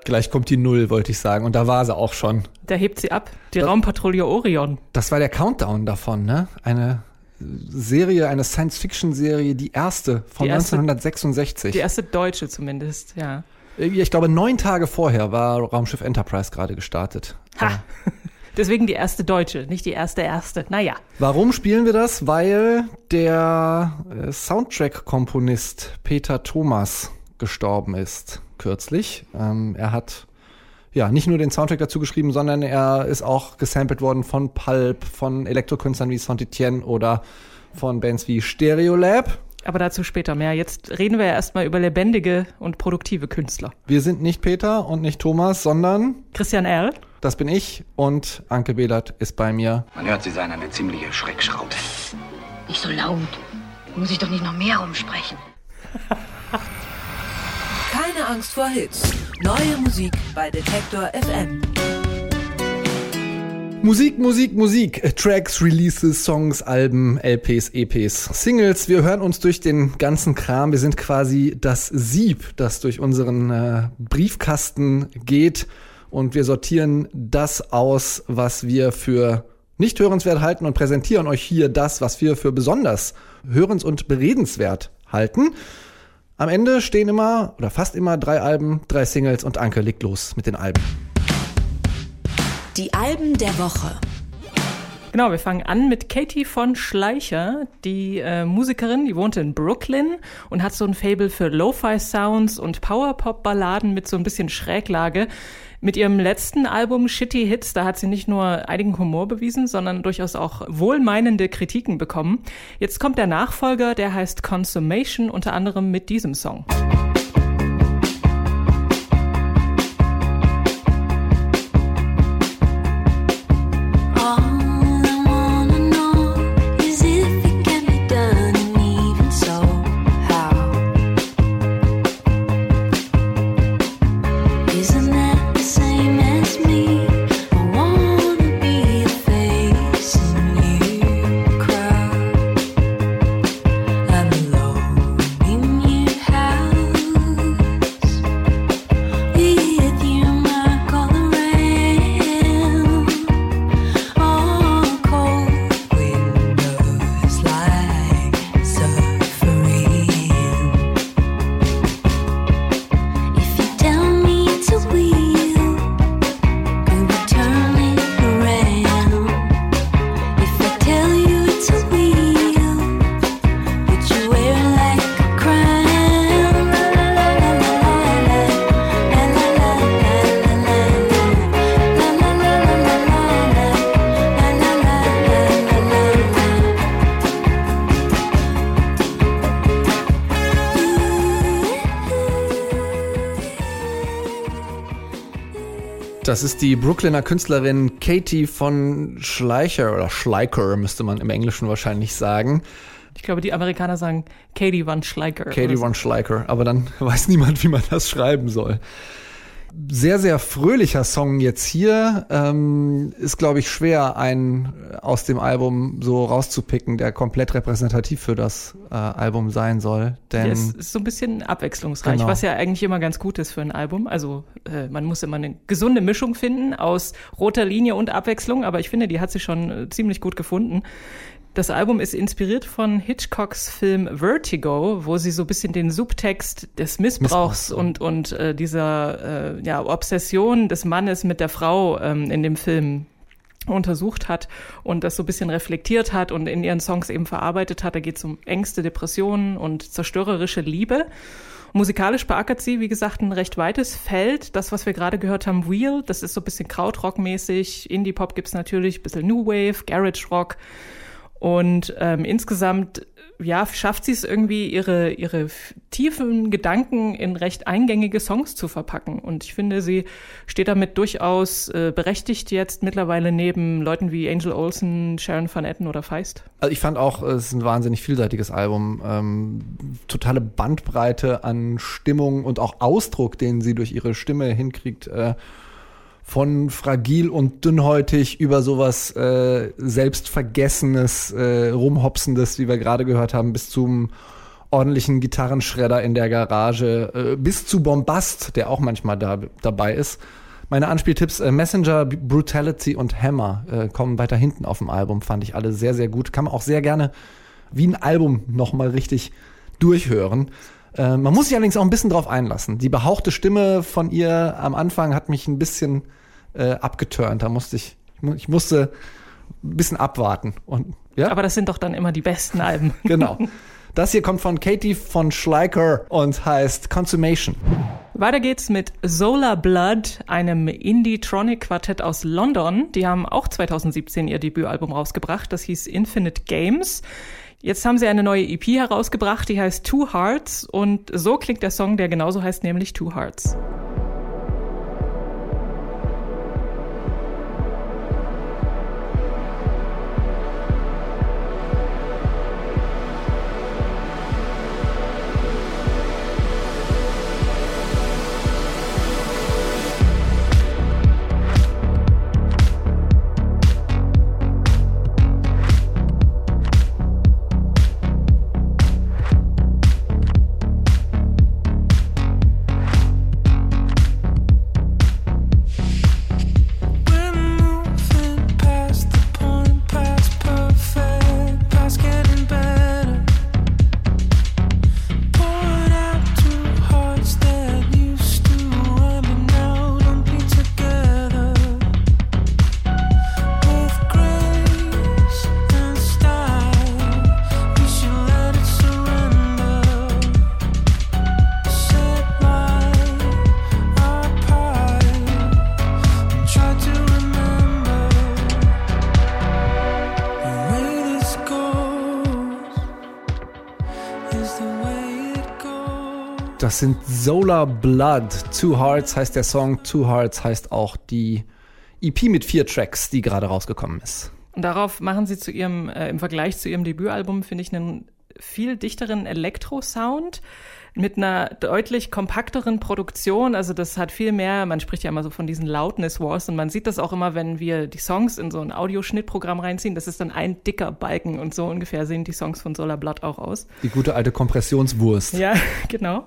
Gleich kommt die Null, wollte ich sagen. Und da war sie auch schon. Da hebt sie ab. Die Raumpatrouille Orion. Das war der Countdown davon, ne? Eine Serie, eine Science-Fiction-Serie, die erste von 1966. Die erste deutsche zumindest, ja. Ich glaube, 9 Tage vorher war Raumschiff Enterprise gerade gestartet. Ha! Deswegen die erste deutsche, nicht die erste. Naja. Warum spielen wir das? Weil der Soundtrack-Komponist Peter Thomas gestorben ist kürzlich. Er hat nicht nur den Soundtrack dazu geschrieben, sondern er ist auch gesampelt worden von Pulp, von Elektrokünstlern wie Saint-Étienne oder von Bands wie Stereolab. Aber dazu später mehr. Jetzt reden wir ja erstmal über lebendige und produktive Künstler. Wir sind nicht Peter und nicht Thomas, sondern Christian Erl. Das bin ich und Anke Behlert ist bei mir. Man hört, Sie seien eine ziemliche Schreckschraube. Nicht so laut. Muss ich doch nicht noch mehr rumsprechen. Keine Angst vor Hits. Neue Musik bei Detektor FM. Musik. Tracks, Releases, Songs, Alben, LPs, EPs, Singles. Wir hören uns durch den ganzen Kram. Wir sind quasi das Sieb, das durch unseren Briefkasten geht. Und wir sortieren das aus, was wir für nicht hörenswert halten und präsentieren euch hier das, was wir für besonders hörens- und beredenswert halten. Am Ende stehen immer oder fast immer 3 Alben, 3 Singles und Anke legt los mit den Alben. Die Alben der Woche. Genau, wir fangen an mit Katie von Schleicher, die Musikerin, die wohnt in Brooklyn und hat so ein Faible für Lo-Fi-Sounds und Power-Pop-Balladen mit so ein bisschen Schräglage. Mit ihrem letzten Album Shitty Hits, da hat sie nicht nur einigen Humor bewiesen, sondern durchaus auch wohlmeinende Kritiken bekommen. Jetzt kommt der Nachfolger, der heißt Consummation, unter anderem mit diesem Song. Das ist die Brooklyner Künstlerin Katie von Schleicher oder Schleicher müsste man im Englischen wahrscheinlich sagen. Ich glaube, die Amerikaner sagen Katie von Schleicher. Katie von Schleicher, aber dann weiß niemand, wie man das schreiben soll. Sehr, sehr fröhlicher Song jetzt hier. Ist, glaube ich, schwer, einen aus dem Album so rauszupicken, der komplett repräsentativ für das Album sein soll. Denn ja, es ist so ein bisschen abwechslungsreich, genau. Was ja eigentlich immer ganz gut ist für ein Album. Also man muss immer eine gesunde Mischung finden aus roter Linie und Abwechslung, aber ich finde, die hat sie schon ziemlich gut gefunden. Das Album ist inspiriert von Hitchcocks Film Vertigo, wo sie so ein bisschen den Subtext des Missbrauchs und dieser Obsession des Mannes mit der Frau in dem Film untersucht hat und das so ein bisschen reflektiert hat und in ihren Songs eben verarbeitet hat. Da geht es um Ängste, Depressionen und zerstörerische Liebe. Musikalisch beackert sie, wie gesagt, ein recht weites Feld. Das, was wir gerade gehört haben, Wheel, das ist so ein bisschen Krautrock-mäßig. Indie-Pop gibt's natürlich, ein bisschen New Wave, Garage Rock. Und insgesamt schafft sie es irgendwie, ihre tiefen Gedanken in recht eingängige Songs zu verpacken. Und ich finde, sie steht damit durchaus berechtigt jetzt mittlerweile neben Leuten wie Angel Olsen, Sharon Van Etten oder Feist. Also ich fand auch, es ist ein wahnsinnig vielseitiges Album. Totale Bandbreite an Stimmung und auch Ausdruck, den sie durch ihre Stimme hinkriegt. Von fragil und dünnhäutig über sowas Selbstvergessenes, Rumhopsendes, wie wir gerade gehört haben, bis zum ordentlichen Gitarrenschredder in der Garage, bis zu Bombast, der auch manchmal dabei ist. Meine Anspieltipps, Messenger, Brutality und Hammer kommen weiter hinten auf dem Album, fand ich alle sehr, sehr gut. Kann man auch sehr gerne wie ein Album nochmal richtig durchhören. Man muss sich allerdings auch ein bisschen drauf einlassen. Die behauchte Stimme von ihr am Anfang hat mich ein bisschen abgeturnt. Da musste ich musste ein bisschen abwarten. Und, ja? Aber das sind doch dann immer die besten Alben. Genau. Das hier kommt von Katie von Schleicher und heißt Consummation. Weiter geht's mit Solar Blood, einem Indie-Tronic-Quartett aus London. Die haben auch 2017 ihr Debütalbum rausgebracht. Das hieß Infinite Games. Jetzt haben sie eine neue EP herausgebracht, die heißt Two Hearts. Und so klingt der Song, der genauso heißt, nämlich Two Hearts. Das sind Solar Blood. Two Hearts heißt der Song, Two Hearts heißt auch die EP mit 4 Tracks, die gerade rausgekommen ist. Und darauf machen sie zu ihrem, im Vergleich zu ihrem Debütalbum, finde ich, einen viel dichteren Elektro-Sound mit einer deutlich kompakteren Produktion. Also das hat viel mehr, man spricht ja immer so von diesen Loudness Wars und man sieht das auch immer, wenn wir die Songs in so ein Audioschnittprogramm reinziehen. Das ist dann ein dicker Balken und so ungefähr sehen die Songs von Solar Blood auch aus. Die gute alte Kompressionswurst. Ja, genau.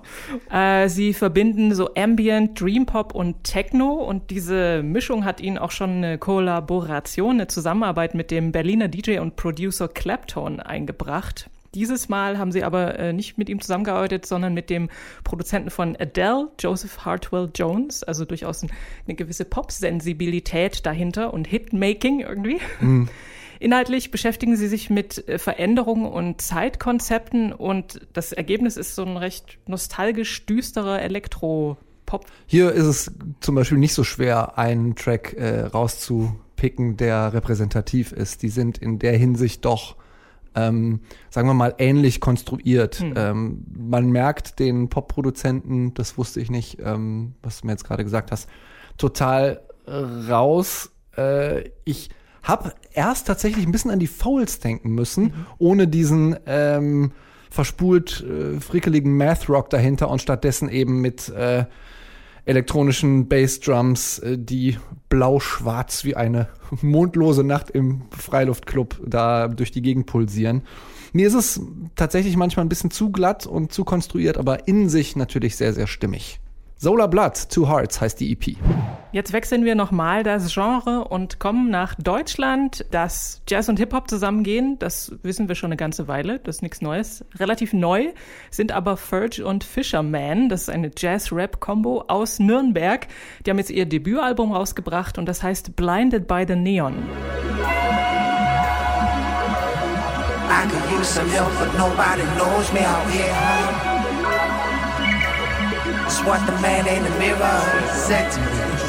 Sie verbinden so Ambient, Dream Pop und Techno und diese Mischung hat ihnen auch schon eine Kollaboration, eine Zusammenarbeit mit dem Berliner DJ und Producer Claptone eingebracht. Dieses Mal haben sie aber nicht mit ihm zusammengearbeitet, sondern mit dem Produzenten von Adele, Joseph Hartwell Jones. Also durchaus eine gewisse Pop-Sensibilität dahinter und Hitmaking irgendwie. Mhm. Inhaltlich beschäftigen sie sich mit Veränderungen und Zeitkonzepten und das Ergebnis ist so ein recht nostalgisch düsterer Elektro-Pop. Hier ist es zum Beispiel nicht so schwer, einen Track rauszupicken, der repräsentativ ist. Die sind in der Hinsicht doch sagen wir mal, ähnlich konstruiert. Man merkt den Pop-Produzenten, das wusste ich nicht, was du mir jetzt gerade gesagt hast, total raus. Ich habe erst tatsächlich ein bisschen an die Fouls denken müssen, ohne diesen verspult frickeligen Math-Rock dahinter und stattdessen eben mit elektronischen Bassdrums, die blau-schwarz wie eine mondlose Nacht im Freiluftclub da durch die Gegend pulsieren. Mir ist es tatsächlich manchmal ein bisschen zu glatt und zu konstruiert, aber in sich natürlich sehr, sehr stimmig. Solar Blood, Two Hearts heißt die EP. Jetzt wechseln wir nochmal das Genre und kommen nach Deutschland. Dass Jazz und Hip-Hop zusammengehen, das wissen wir schon eine ganze Weile, das ist nichts Neues. Relativ neu sind aber Ferg und Fisherman, das ist eine Jazz-Rap-Kombo aus Nürnberg. Die haben jetzt ihr Debütalbum rausgebracht und das heißt Blinded by the Neon. I could use some help, but nobody knows me out here. It's what the man in the mirror said to me.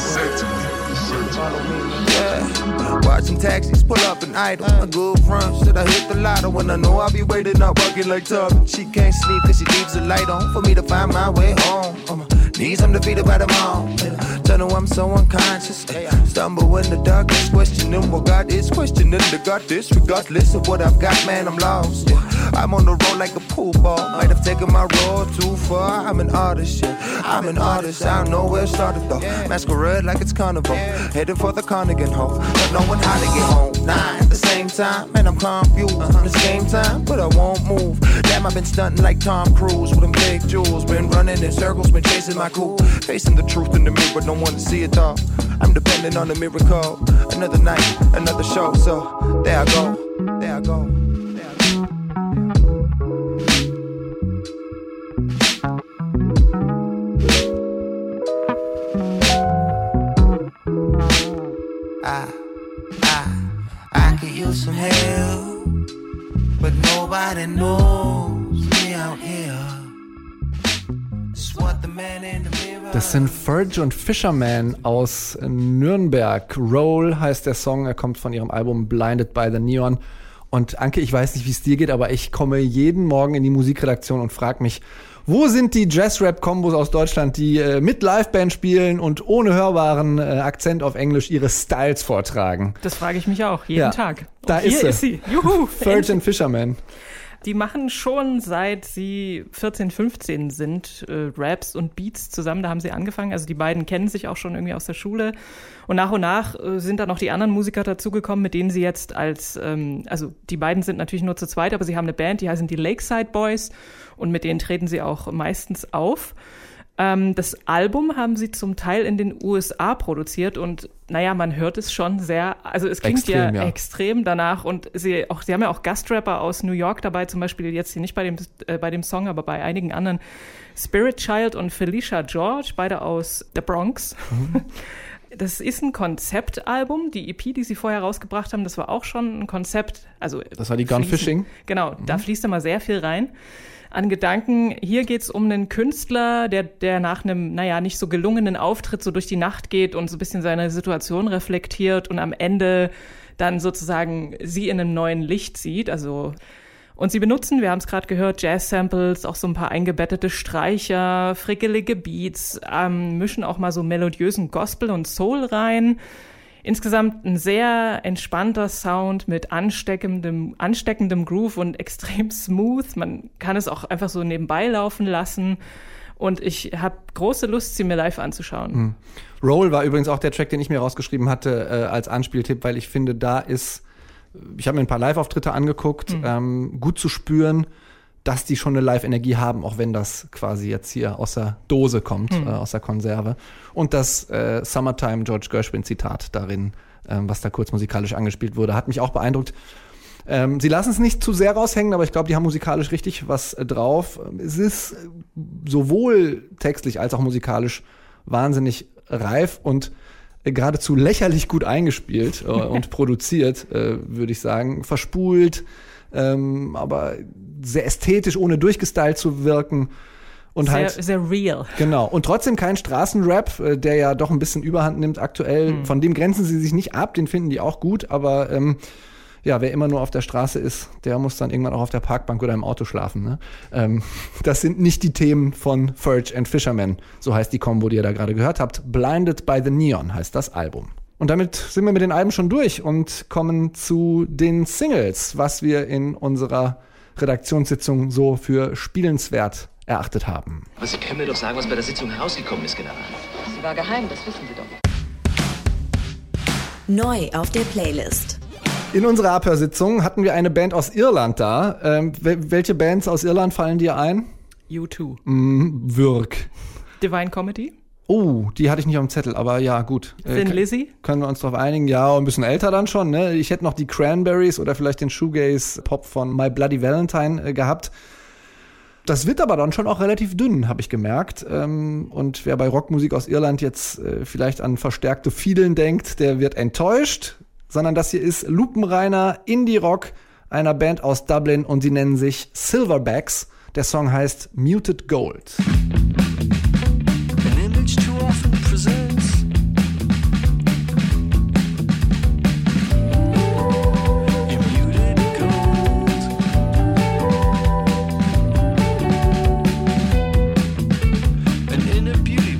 Yeah. Watch some taxis pull up and idle. A good front, should I hit the lotto when I know I'll be waiting up, working like Tubby. She can't sleep cause she leaves the light on for me to find my way home. Knees, I'm defeated by them all. Tell them I'm so unconscious. Stumble in the darkness, questioning what God is, questioning the God this. Regardless of what I've got, man, I'm lost. I'm on the road like a pool ball. Might have taken my road too far. I'm an artist, I'm an artist. I don't know where it started though. Masquerade like it's carnival. Headed for the Carnegie Hall. Not knowing how to get home. Nah, at the same time, man, I'm confused. It's game time, but I won't move. Damn, I've been stunting like Tom Cruise with them big jewels. Been running in circles, been chasing my cool. Facing the truth in the mirror, don't want to see it all. I'm depending on the miracle. Another night, another show. So there I go, there I go. I could use some help, but nobody knows me out here. Das sind Ferg und Fisherman aus Nürnberg. Roll heißt der Song, er kommt von ihrem Album Blinded by the Neon. Und Anke, ich weiß nicht, wie es dir geht, aber ich komme jeden Morgen in die Musikredaktion und frage mich, wo sind die Jazz-Rap-Kombos aus Deutschland, die mit Liveband spielen und ohne hörbaren Akzent auf Englisch ihre Styles vortragen? Das frage ich mich auch, jeden Tag. Und da hier ist sie. Juhu! Ferg and Fisherman. Die machen schon, seit sie 14, 15 sind, Raps und Beats zusammen. Da haben sie angefangen. Also die beiden kennen sich auch schon irgendwie aus der Schule. Und nach sind dann noch die anderen Musiker dazugekommen, mit denen sie jetzt also die beiden sind natürlich nur zu zweit, aber sie haben eine Band, die heißen die Lakeside Boys. Und mit denen treten sie auch meistens auf. Das Album haben sie zum Teil in den USA produziert und naja, man hört es schon sehr, also es klingt extrem, extrem danach und sie haben ja auch Gastrapper aus New York dabei, zum Beispiel jetzt hier nicht bei dem Song, aber bei einigen anderen. Spirit Child und Felicia George, beide aus der Bronx. Das ist ein Konzeptalbum. Die EP, die sie vorher rausgebracht haben, das war auch schon ein Konzept. Also das war die Gone Fishing? Genau, da fließt immer sehr viel rein an Gedanken. Hier geht's um einen Künstler, der nach einem, nicht so gelungenen Auftritt so durch die Nacht geht und so ein bisschen seine Situation reflektiert und am Ende dann sozusagen sie in einem neuen Licht sieht. Und sie benutzen, wir haben es gerade gehört, Jazz-Samples, auch so ein paar eingebettete Streicher, frickelige Beats, mischen auch mal so melodiösen Gospel und Soul rein. Insgesamt ein sehr entspannter Sound mit ansteckendem Groove und extrem smooth. Man kann es auch einfach so nebenbei laufen lassen. Und ich habe große Lust, sie mir live anzuschauen. Roll war übrigens auch der Track, den ich mir rausgeschrieben hatte als Anspieltipp, weil ich finde, ich habe mir ein paar Live-Auftritte angeguckt, gut zu spüren, dass die schon eine Live-Energie haben, auch wenn das quasi jetzt hier aus der Dose kommt, aus der Konserve. Und das Summertime George Gershwin-Zitat darin, was da kurz musikalisch angespielt wurde, hat mich auch beeindruckt. Sie lassen es nicht zu sehr raushängen, aber ich glaube, die haben musikalisch richtig was drauf. Es ist sowohl textlich als auch musikalisch wahnsinnig reif und geradezu lächerlich gut eingespielt und produziert, würde ich sagen. Verspult, aber sehr ästhetisch, ohne durchgestylt zu wirken. Und sehr real. Genau. Und trotzdem kein Straßenrap, der ja doch ein bisschen Überhand nimmt aktuell. Von dem grenzen sie sich nicht ab, den finden die auch gut, aber wer immer nur auf der Straße ist, der muss dann irgendwann auch auf der Parkbank oder im Auto schlafen. Ne? Das sind nicht die Themen von Ferg and Fisherman, so heißt die Kombo, die ihr da gerade gehört habt. Blinded by the Neon heißt das Album. Und damit sind wir mit den Alben schon durch und kommen zu den Singles, was wir in unserer Redaktionssitzung so für spielenswert erachtet haben. Aber Sie können mir doch sagen, was bei der Sitzung herausgekommen ist, General. Sie war geheim, das wissen Sie doch. Neu auf der Playlist. In unserer Abhörsitzung hatten wir eine Band aus Irland da. Welche Bands aus Irland fallen dir ein? U2. Wirk. Divine Comedy. Oh, die hatte ich nicht auf dem Zettel, aber ja, gut. Thin Lizzy? Können wir uns drauf einigen? Ja, ein bisschen älter dann schon, ne? Ich hätte noch die Cranberries oder vielleicht den Shoegaze-Pop von My Bloody Valentine gehabt. Das wird aber dann schon auch relativ dünn, habe ich gemerkt. Und wer bei Rockmusik aus Irland jetzt vielleicht an verstärkte Fiedeln denkt, der wird enttäuscht. Sondern das hier ist lupenreiner Indie-Rock einer Band aus Dublin und sie nennen sich Silverbacks. Der Song heißt Muted Gold. And in a beauty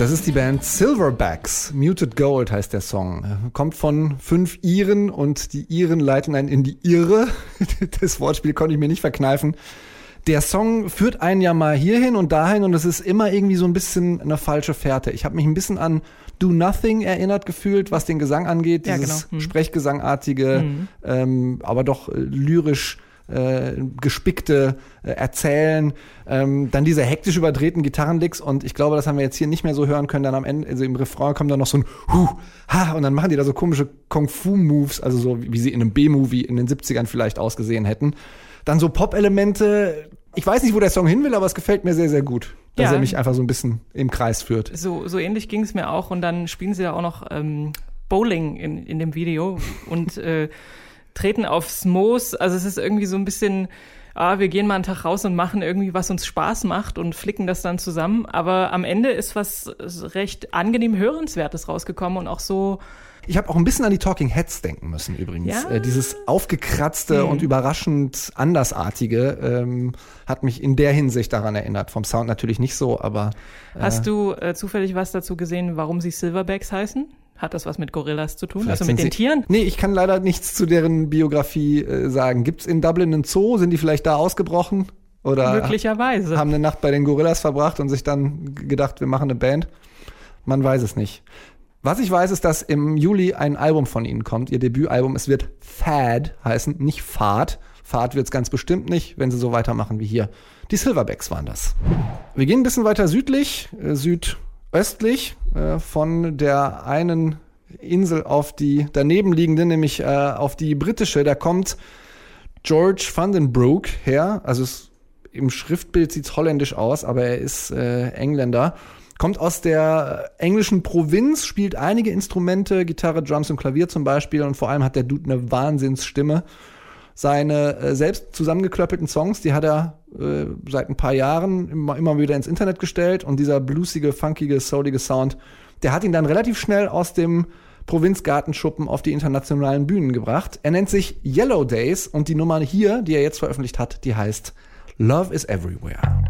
Das ist die Band Silverbacks. Muted Gold heißt der Song. Kommt von 5 Iren und die Iren leiten einen in die Irre. Das Wortspiel konnte ich mir nicht verkneifen. Der Song führt einen ja mal hierhin und dahin und es ist immer irgendwie so ein bisschen eine falsche Fährte. Ich habe mich ein bisschen an Do Nothing erinnert gefühlt, was den Gesang angeht. Dieses Sprechgesangartige, aber doch lyrisch gespickte Erzählen, dann diese hektisch überdrehten Gitarrenlicks und ich glaube, das haben wir jetzt hier nicht mehr so hören können, dann am Ende, also im Refrain kommt dann noch so ein Ha und dann machen die da so komische Kung-Fu-Moves, also so wie sie in einem B-Movie in den 70ern vielleicht ausgesehen hätten. Dann so Pop-Elemente, ich weiß nicht, wo der Song hin will, aber es gefällt mir sehr, sehr gut, dass er mich einfach so ein bisschen im Kreis führt. So ähnlich ging es mir auch und dann spielen sie ja auch noch Bowling in dem Video und treten aufs Moos, also es ist irgendwie so ein bisschen, wir gehen mal einen Tag raus und machen irgendwie, was uns Spaß macht und flicken das dann zusammen, aber am Ende ist was recht angenehm Hörenswertes rausgekommen und auch so. Ich habe auch ein bisschen an die Talking Heads denken müssen übrigens. Ja? Dieses aufgekratzte und überraschend andersartige hat mich in der Hinsicht daran erinnert. Vom Sound natürlich nicht so, aber Hast du zufällig was dazu gesehen, warum sie Silverbacks heißen? Hat das was mit Gorillas zu tun? Vielleicht also mit den Tieren? Nee, ich kann leider nichts zu deren Biografie sagen. Gibt's in Dublin einen Zoo? Sind die vielleicht da ausgebrochen? Oder möglicherweise. Haben eine Nacht bei den Gorillas verbracht und sich dann gedacht, wir machen eine Band? Man weiß es nicht. Was ich weiß, ist, dass im Juli ein Album von ihnen kommt, ihr Debütalbum. Es wird Fad heißen, nicht Fahrt. Fahrt wird's ganz bestimmt nicht, wenn sie so weitermachen wie hier. Die Silverbacks waren das. Wir gehen ein bisschen weiter südlich, südöstlich von der einen Insel auf die daneben liegende, nämlich auf die britische. Da kommt George Van den Broek her. Also im Schriftbild sieht's holländisch aus, aber er ist Engländer. Kommt aus der englischen Provinz, spielt einige Instrumente, Gitarre, Drums und Klavier zum Beispiel. Und vor allem hat der Dude eine Wahnsinnsstimme. Seine selbst zusammengeklöppelten Songs, die hat er seit ein paar Jahren immer wieder ins Internet gestellt. Und dieser bluesige, funkige, soulige Sound, der hat ihn dann relativ schnell aus dem Provinzgartenschuppen auf die internationalen Bühnen gebracht. Er nennt sich Yellow Days und die Nummer hier, die er jetzt veröffentlicht hat, die heißt Love is Everywhere.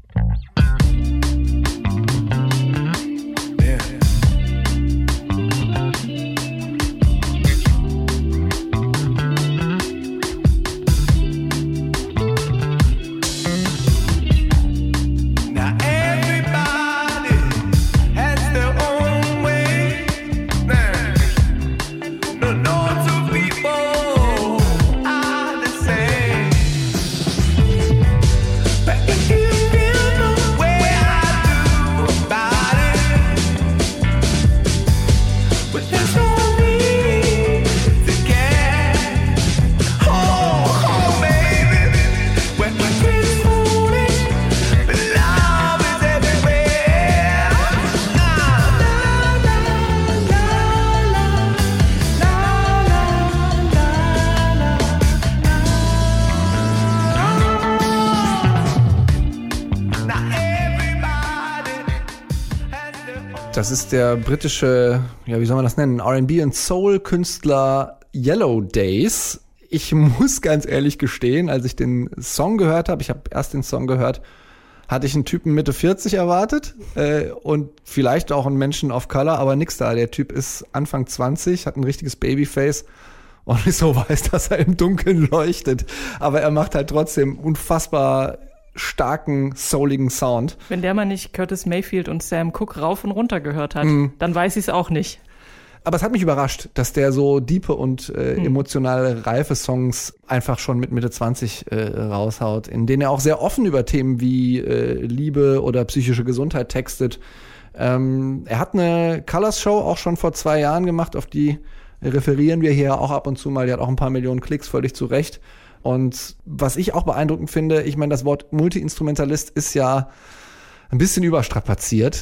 Das ist der britische, ja, wie soll man das nennen, R&B und Soul-Künstler Yellow Days. Ich muss ganz ehrlich gestehen, als ich den Song gehört habe, ich habe erst den Song gehört, hatte ich einen Typen Mitte 40 erwartet und vielleicht auch einen Menschen of Color, aber nix da. Der Typ ist Anfang 20, hat ein richtiges Babyface und ist so weiß, dass er im Dunkeln leuchtet. Aber er macht halt trotzdem unfassbar starken, souligen Sound. Wenn der mal nicht Curtis Mayfield und Sam Cooke rauf und runter gehört hat, dann weiß ich es auch nicht. Aber es hat mich überrascht, dass der so diepe und emotional reife Songs einfach schon mit Mitte 20 raushaut, in denen er auch sehr offen über Themen wie Liebe oder psychische Gesundheit textet. Er hat eine Colors-Show auch schon vor 2 Jahren gemacht, auf die referieren wir hier auch ab und zu mal. Die hat auch ein paar Millionen Klicks, völlig zu Recht. Und was ich auch beeindruckend finde, ich meine, das Wort Multi-Instrumentalist ist ja ein bisschen überstrapaziert.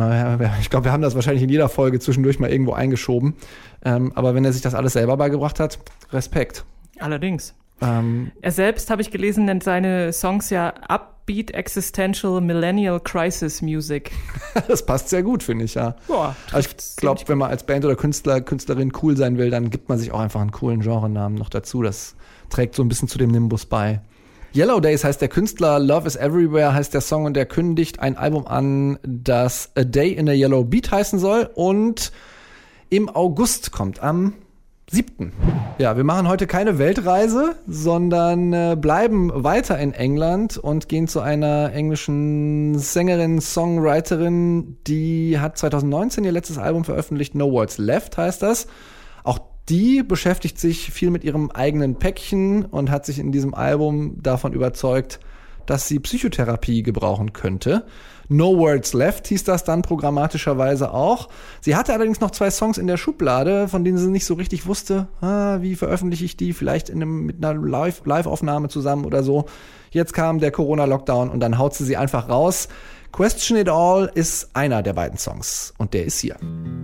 Ich glaube, wir haben das wahrscheinlich in jeder Folge zwischendurch mal irgendwo eingeschoben. Aber wenn er sich das alles selber beigebracht hat, Respekt. Allerdings. Er selbst, habe ich gelesen, nennt seine Songs ja Upbeat Existential Millennial Crisis Music. Das passt sehr gut, finde ich, ja. Boah, also ich glaube, wenn man als Band oder Künstlerin cool sein will, dann gibt man sich auch einfach einen coolen Genrenamen noch dazu. Das trägt so ein bisschen zu dem Nimbus bei. Yellow Days heißt der Künstler, Love is Everywhere heißt der Song und er kündigt ein Album an, das A Day in a Yellow Beat heißen soll und im August kommt, am 7. Ja, wir machen heute keine Weltreise, sondern bleiben weiter in England und gehen zu einer englischen Sängerin, Songwriterin, die hat 2019 ihr letztes Album veröffentlicht, No Words Left heißt das. Auch die beschäftigt sich viel mit ihrem eigenen Päckchen und hat sich in diesem Album davon überzeugt, dass sie Psychotherapie gebrauchen könnte. No Words Left hieß das dann programmatischerweise auch. Sie hatte allerdings noch 2 Songs in der Schublade, von denen sie nicht so richtig wusste, wie veröffentliche ich die, vielleicht mit einer Live-Aufnahme zusammen oder so. Jetzt kam der Corona-Lockdown und dann haut sie einfach raus. Question It All ist einer der beiden Songs und der ist hier.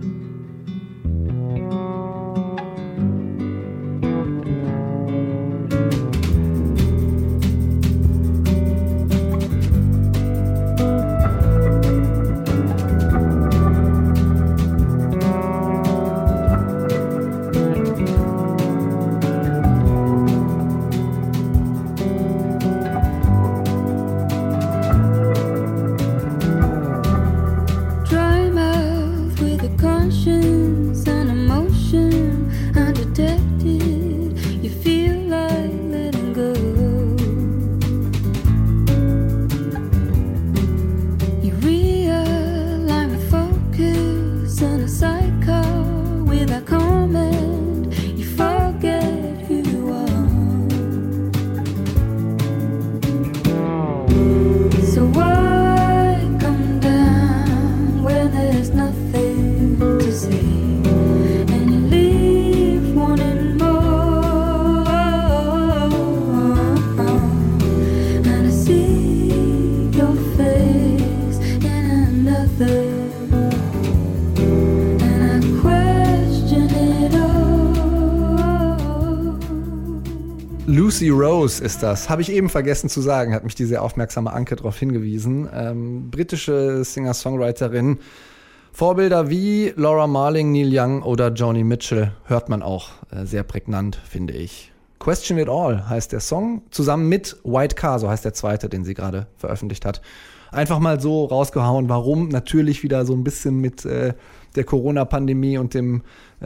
Lucy Rose ist das. Habe ich eben vergessen zu sagen, hat mich die sehr aufmerksame Anke darauf hingewiesen. Britische Singer-Songwriterin. Vorbilder wie Laura Marling, Neil Young oder Joni Mitchell hört man auch sehr prägnant, finde ich. Question It All heißt der Song, zusammen mit White Car, so heißt der zweite, den sie gerade veröffentlicht hat. Einfach mal so rausgehauen, warum? Natürlich wieder so ein bisschen mit der Corona-Pandemie und den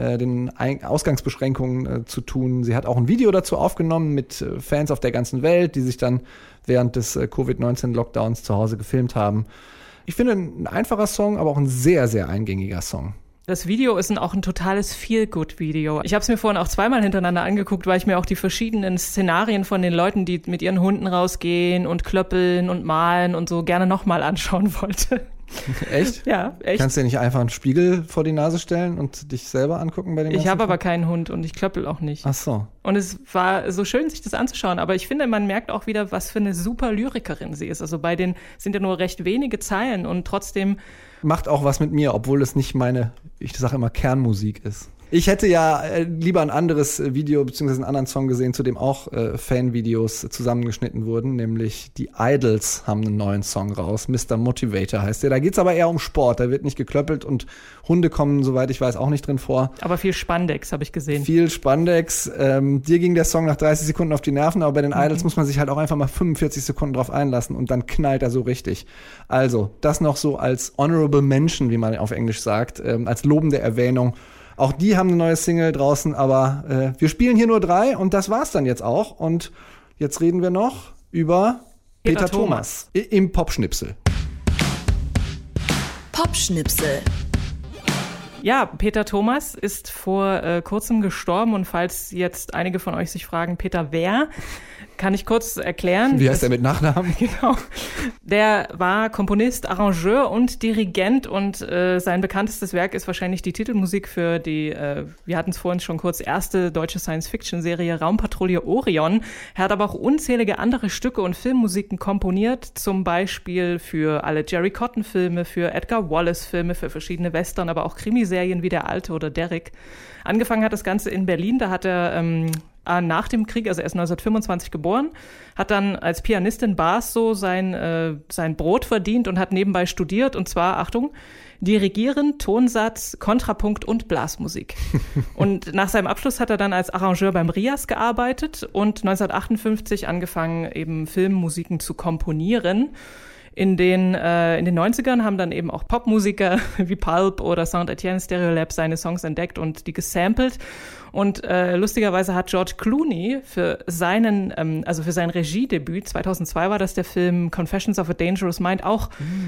Ausgangsbeschränkungen zu tun. Sie hat auch ein Video dazu aufgenommen mit Fans auf der ganzen Welt, die sich dann während des Covid-19-Lockdowns zu Hause gefilmt haben. Ich finde, ein einfacher Song, aber auch ein sehr, sehr eingängiger Song. Das Video ist auch ein totales Feel-Good-Video. Ich habe es mir vorhin auch zweimal hintereinander angeguckt, weil ich mir auch die verschiedenen Szenarien von den Leuten, die mit ihren Hunden rausgehen und klöppeln und malen und so gerne nochmal anschauen wollte. Echt? Ja, echt. Kannst du dir nicht einfach einen Spiegel vor die Nase stellen und dich selber angucken bei den ganzen Ich habe aber keinen Hund und ich klöppel auch nicht. Ach so. Und es war so schön, sich das anzuschauen. Aber ich finde, man merkt auch wieder, was für eine super Lyrikerin sie ist. Also bei den sind ja nur recht wenige Zeilen und trotzdem macht auch was mit mir, obwohl es nicht meine, ich sage immer, Kernmusik ist. Ich hätte ja lieber ein anderes Video bzw. einen anderen Song gesehen, zu dem auch Fanvideos zusammengeschnitten wurden, nämlich die Idols haben einen neuen Song raus, Mr. Motivator heißt der. Da geht's aber eher um Sport, da wird nicht geklöppelt und Hunde kommen, soweit ich weiß, auch nicht drin vor. Aber viel Spandex habe ich gesehen. Viel Spandex. Dir ging der Song nach 30 Sekunden auf die Nerven, aber bei den Idols muss man sich halt auch einfach mal 45 Sekunden drauf einlassen und dann knallt er so richtig. Also, das noch so als Honorable Mention, wie man auf Englisch sagt, als lobende Erwähnung. Auch die haben eine neue Single draußen, aber wir spielen hier nur 3 und das war's dann jetzt auch. Und jetzt reden wir noch über Peter Thomas im Popschnipsel. Popschnipsel. Ja, Peter Thomas ist vor kurzem gestorben und falls jetzt einige von euch sich fragen, Peter wer, kann ich kurz erklären. Wie heißt er mit Nachnamen? Genau. Der war Komponist, Arrangeur und Dirigent und sein bekanntestes Werk ist wahrscheinlich die Titelmusik für die, wir hatten es vorhin schon kurz, erste deutsche Science-Fiction-Serie Raumpatrouille Orion. Er hat aber auch unzählige andere Stücke und Filmmusiken komponiert, zum Beispiel für alle Jerry Cotton-Filme, für Edgar Wallace-Filme, für verschiedene Western, aber auch Krimiserien wie Der Alte oder Derrick. Angefangen hat das Ganze in Berlin, da hat er nach dem Krieg, also er ist 1925 geboren, hat dann als Pianist in Bars so sein Brot verdient und hat nebenbei studiert, und zwar, Achtung, Dirigieren, Tonsatz, Kontrapunkt und Blasmusik. Und nach seinem Abschluss hat er dann als Arrangeur beim RIAS gearbeitet und 1958 angefangen, eben Filmmusiken zu komponieren. In den 90ern haben dann eben auch Popmusiker wie Pulp oder Saint-Étienne Stereolab seine Songs entdeckt und die gesampelt. Und lustigerweise hat George Clooney für sein Regiedebüt, 2002 war das der Film Confessions of a Dangerous Mind, auch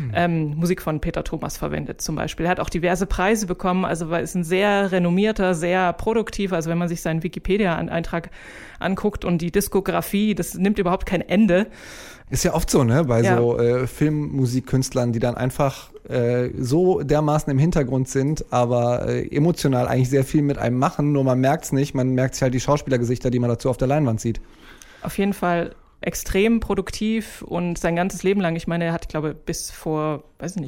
Musik von Peter Thomas verwendet zum Beispiel. Er hat auch diverse Preise bekommen, also ist ein sehr renommierter, sehr produktiver, also wenn man sich seinen Wikipedia-Eintrag anguckt und die Diskografie, das nimmt überhaupt kein Ende. Ist ja oft so, ne, bei so Filmmusikkünstlern, die dann einfach so dermaßen im Hintergrund sind, aber emotional eigentlich sehr viel mit einem machen, nur man merkt's nicht, man merkt sich halt die Schauspielergesichter, die man dazu auf der Leinwand sieht. Auf jeden Fall extrem produktiv und sein ganzes Leben lang, ich meine, er hat, ich glaube, bis vor,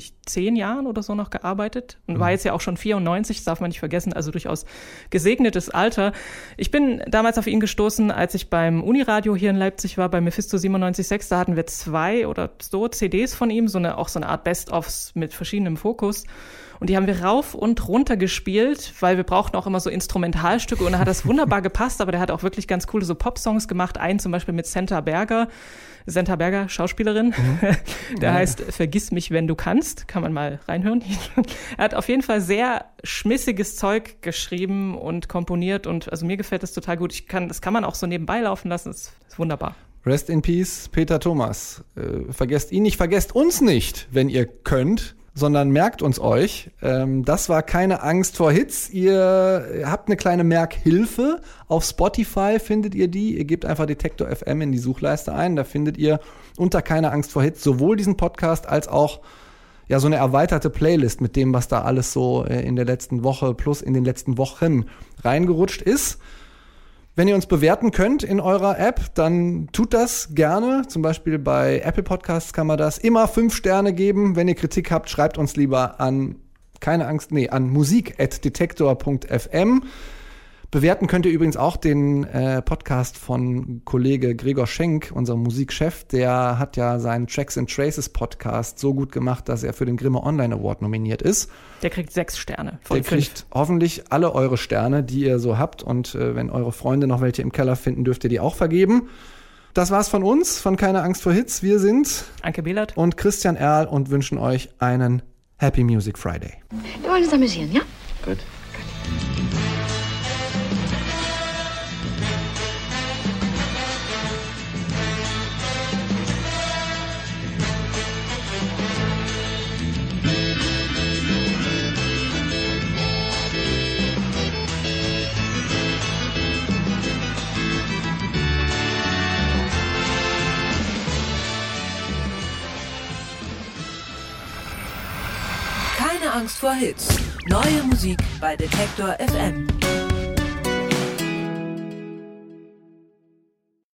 10 Jahren oder so noch gearbeitet und war jetzt ja auch schon 94, das darf man nicht vergessen, also durchaus gesegnetes Alter. Ich bin damals auf ihn gestoßen, als ich beim Uniradio hier in Leipzig war, bei Mephisto 97.6, da hatten wir 2 oder so CDs von ihm, so eine Art Best-ofs mit verschiedenem Fokus. Und die haben wir rauf und runter gespielt, weil wir brauchten auch immer so Instrumentalstücke und da hat das wunderbar gepasst, aber der hat auch wirklich ganz coole so Pop-Songs gemacht, einen zum Beispiel mit Senta Berger, Schauspielerin, der heißt Vergiss mich, wenn du kannst, kann man mal reinhören. Er hat auf jeden Fall sehr schmissiges Zeug geschrieben und komponiert und also mir gefällt das total gut. Das kann man auch so nebenbei laufen lassen, das ist wunderbar. Rest in Peace, Peter Thomas. Vergesst ihn nicht, vergesst uns nicht, wenn ihr könnt, sondern merkt uns euch. Das war keine Angst vor Hits. Ihr habt eine kleine Merkhilfe. Auf Spotify findet ihr die. Ihr gebt einfach Detektor FM in die Suchleiste ein. Da findet ihr unter keine Angst vor Hits sowohl diesen Podcast als auch so eine erweiterte Playlist mit dem, was da alles so in der letzten Woche plus in den letzten Wochen reingerutscht ist. Wenn ihr uns bewerten könnt in eurer App, dann tut das gerne. Zum Beispiel bei Apple Podcasts kann man das immer 5 Sterne geben. Wenn ihr Kritik habt, schreibt uns lieber an musik@detektor.fm. Bewerten könnt ihr übrigens auch den Podcast von Kollege Gregor Schenk, unserem Musikchef. Der hat ja seinen Tracks and Traces Podcast so gut gemacht, dass er für den Grimme Online Award nominiert ist. Der kriegt 6 Sterne von 5. Der kriegt hoffentlich alle eure Sterne, die ihr so habt. Und wenn eure Freunde noch welche im Keller finden, dürft ihr die auch vergeben. Das war's von uns, von Keine Angst vor Hits. Wir sind Anke Behlert und Christian Erl und wünschen euch einen Happy Music Friday. Wir wollen uns amüsieren, ja? Gut. Keine Angst vor Hits. Neue Musik bei Detektor FM.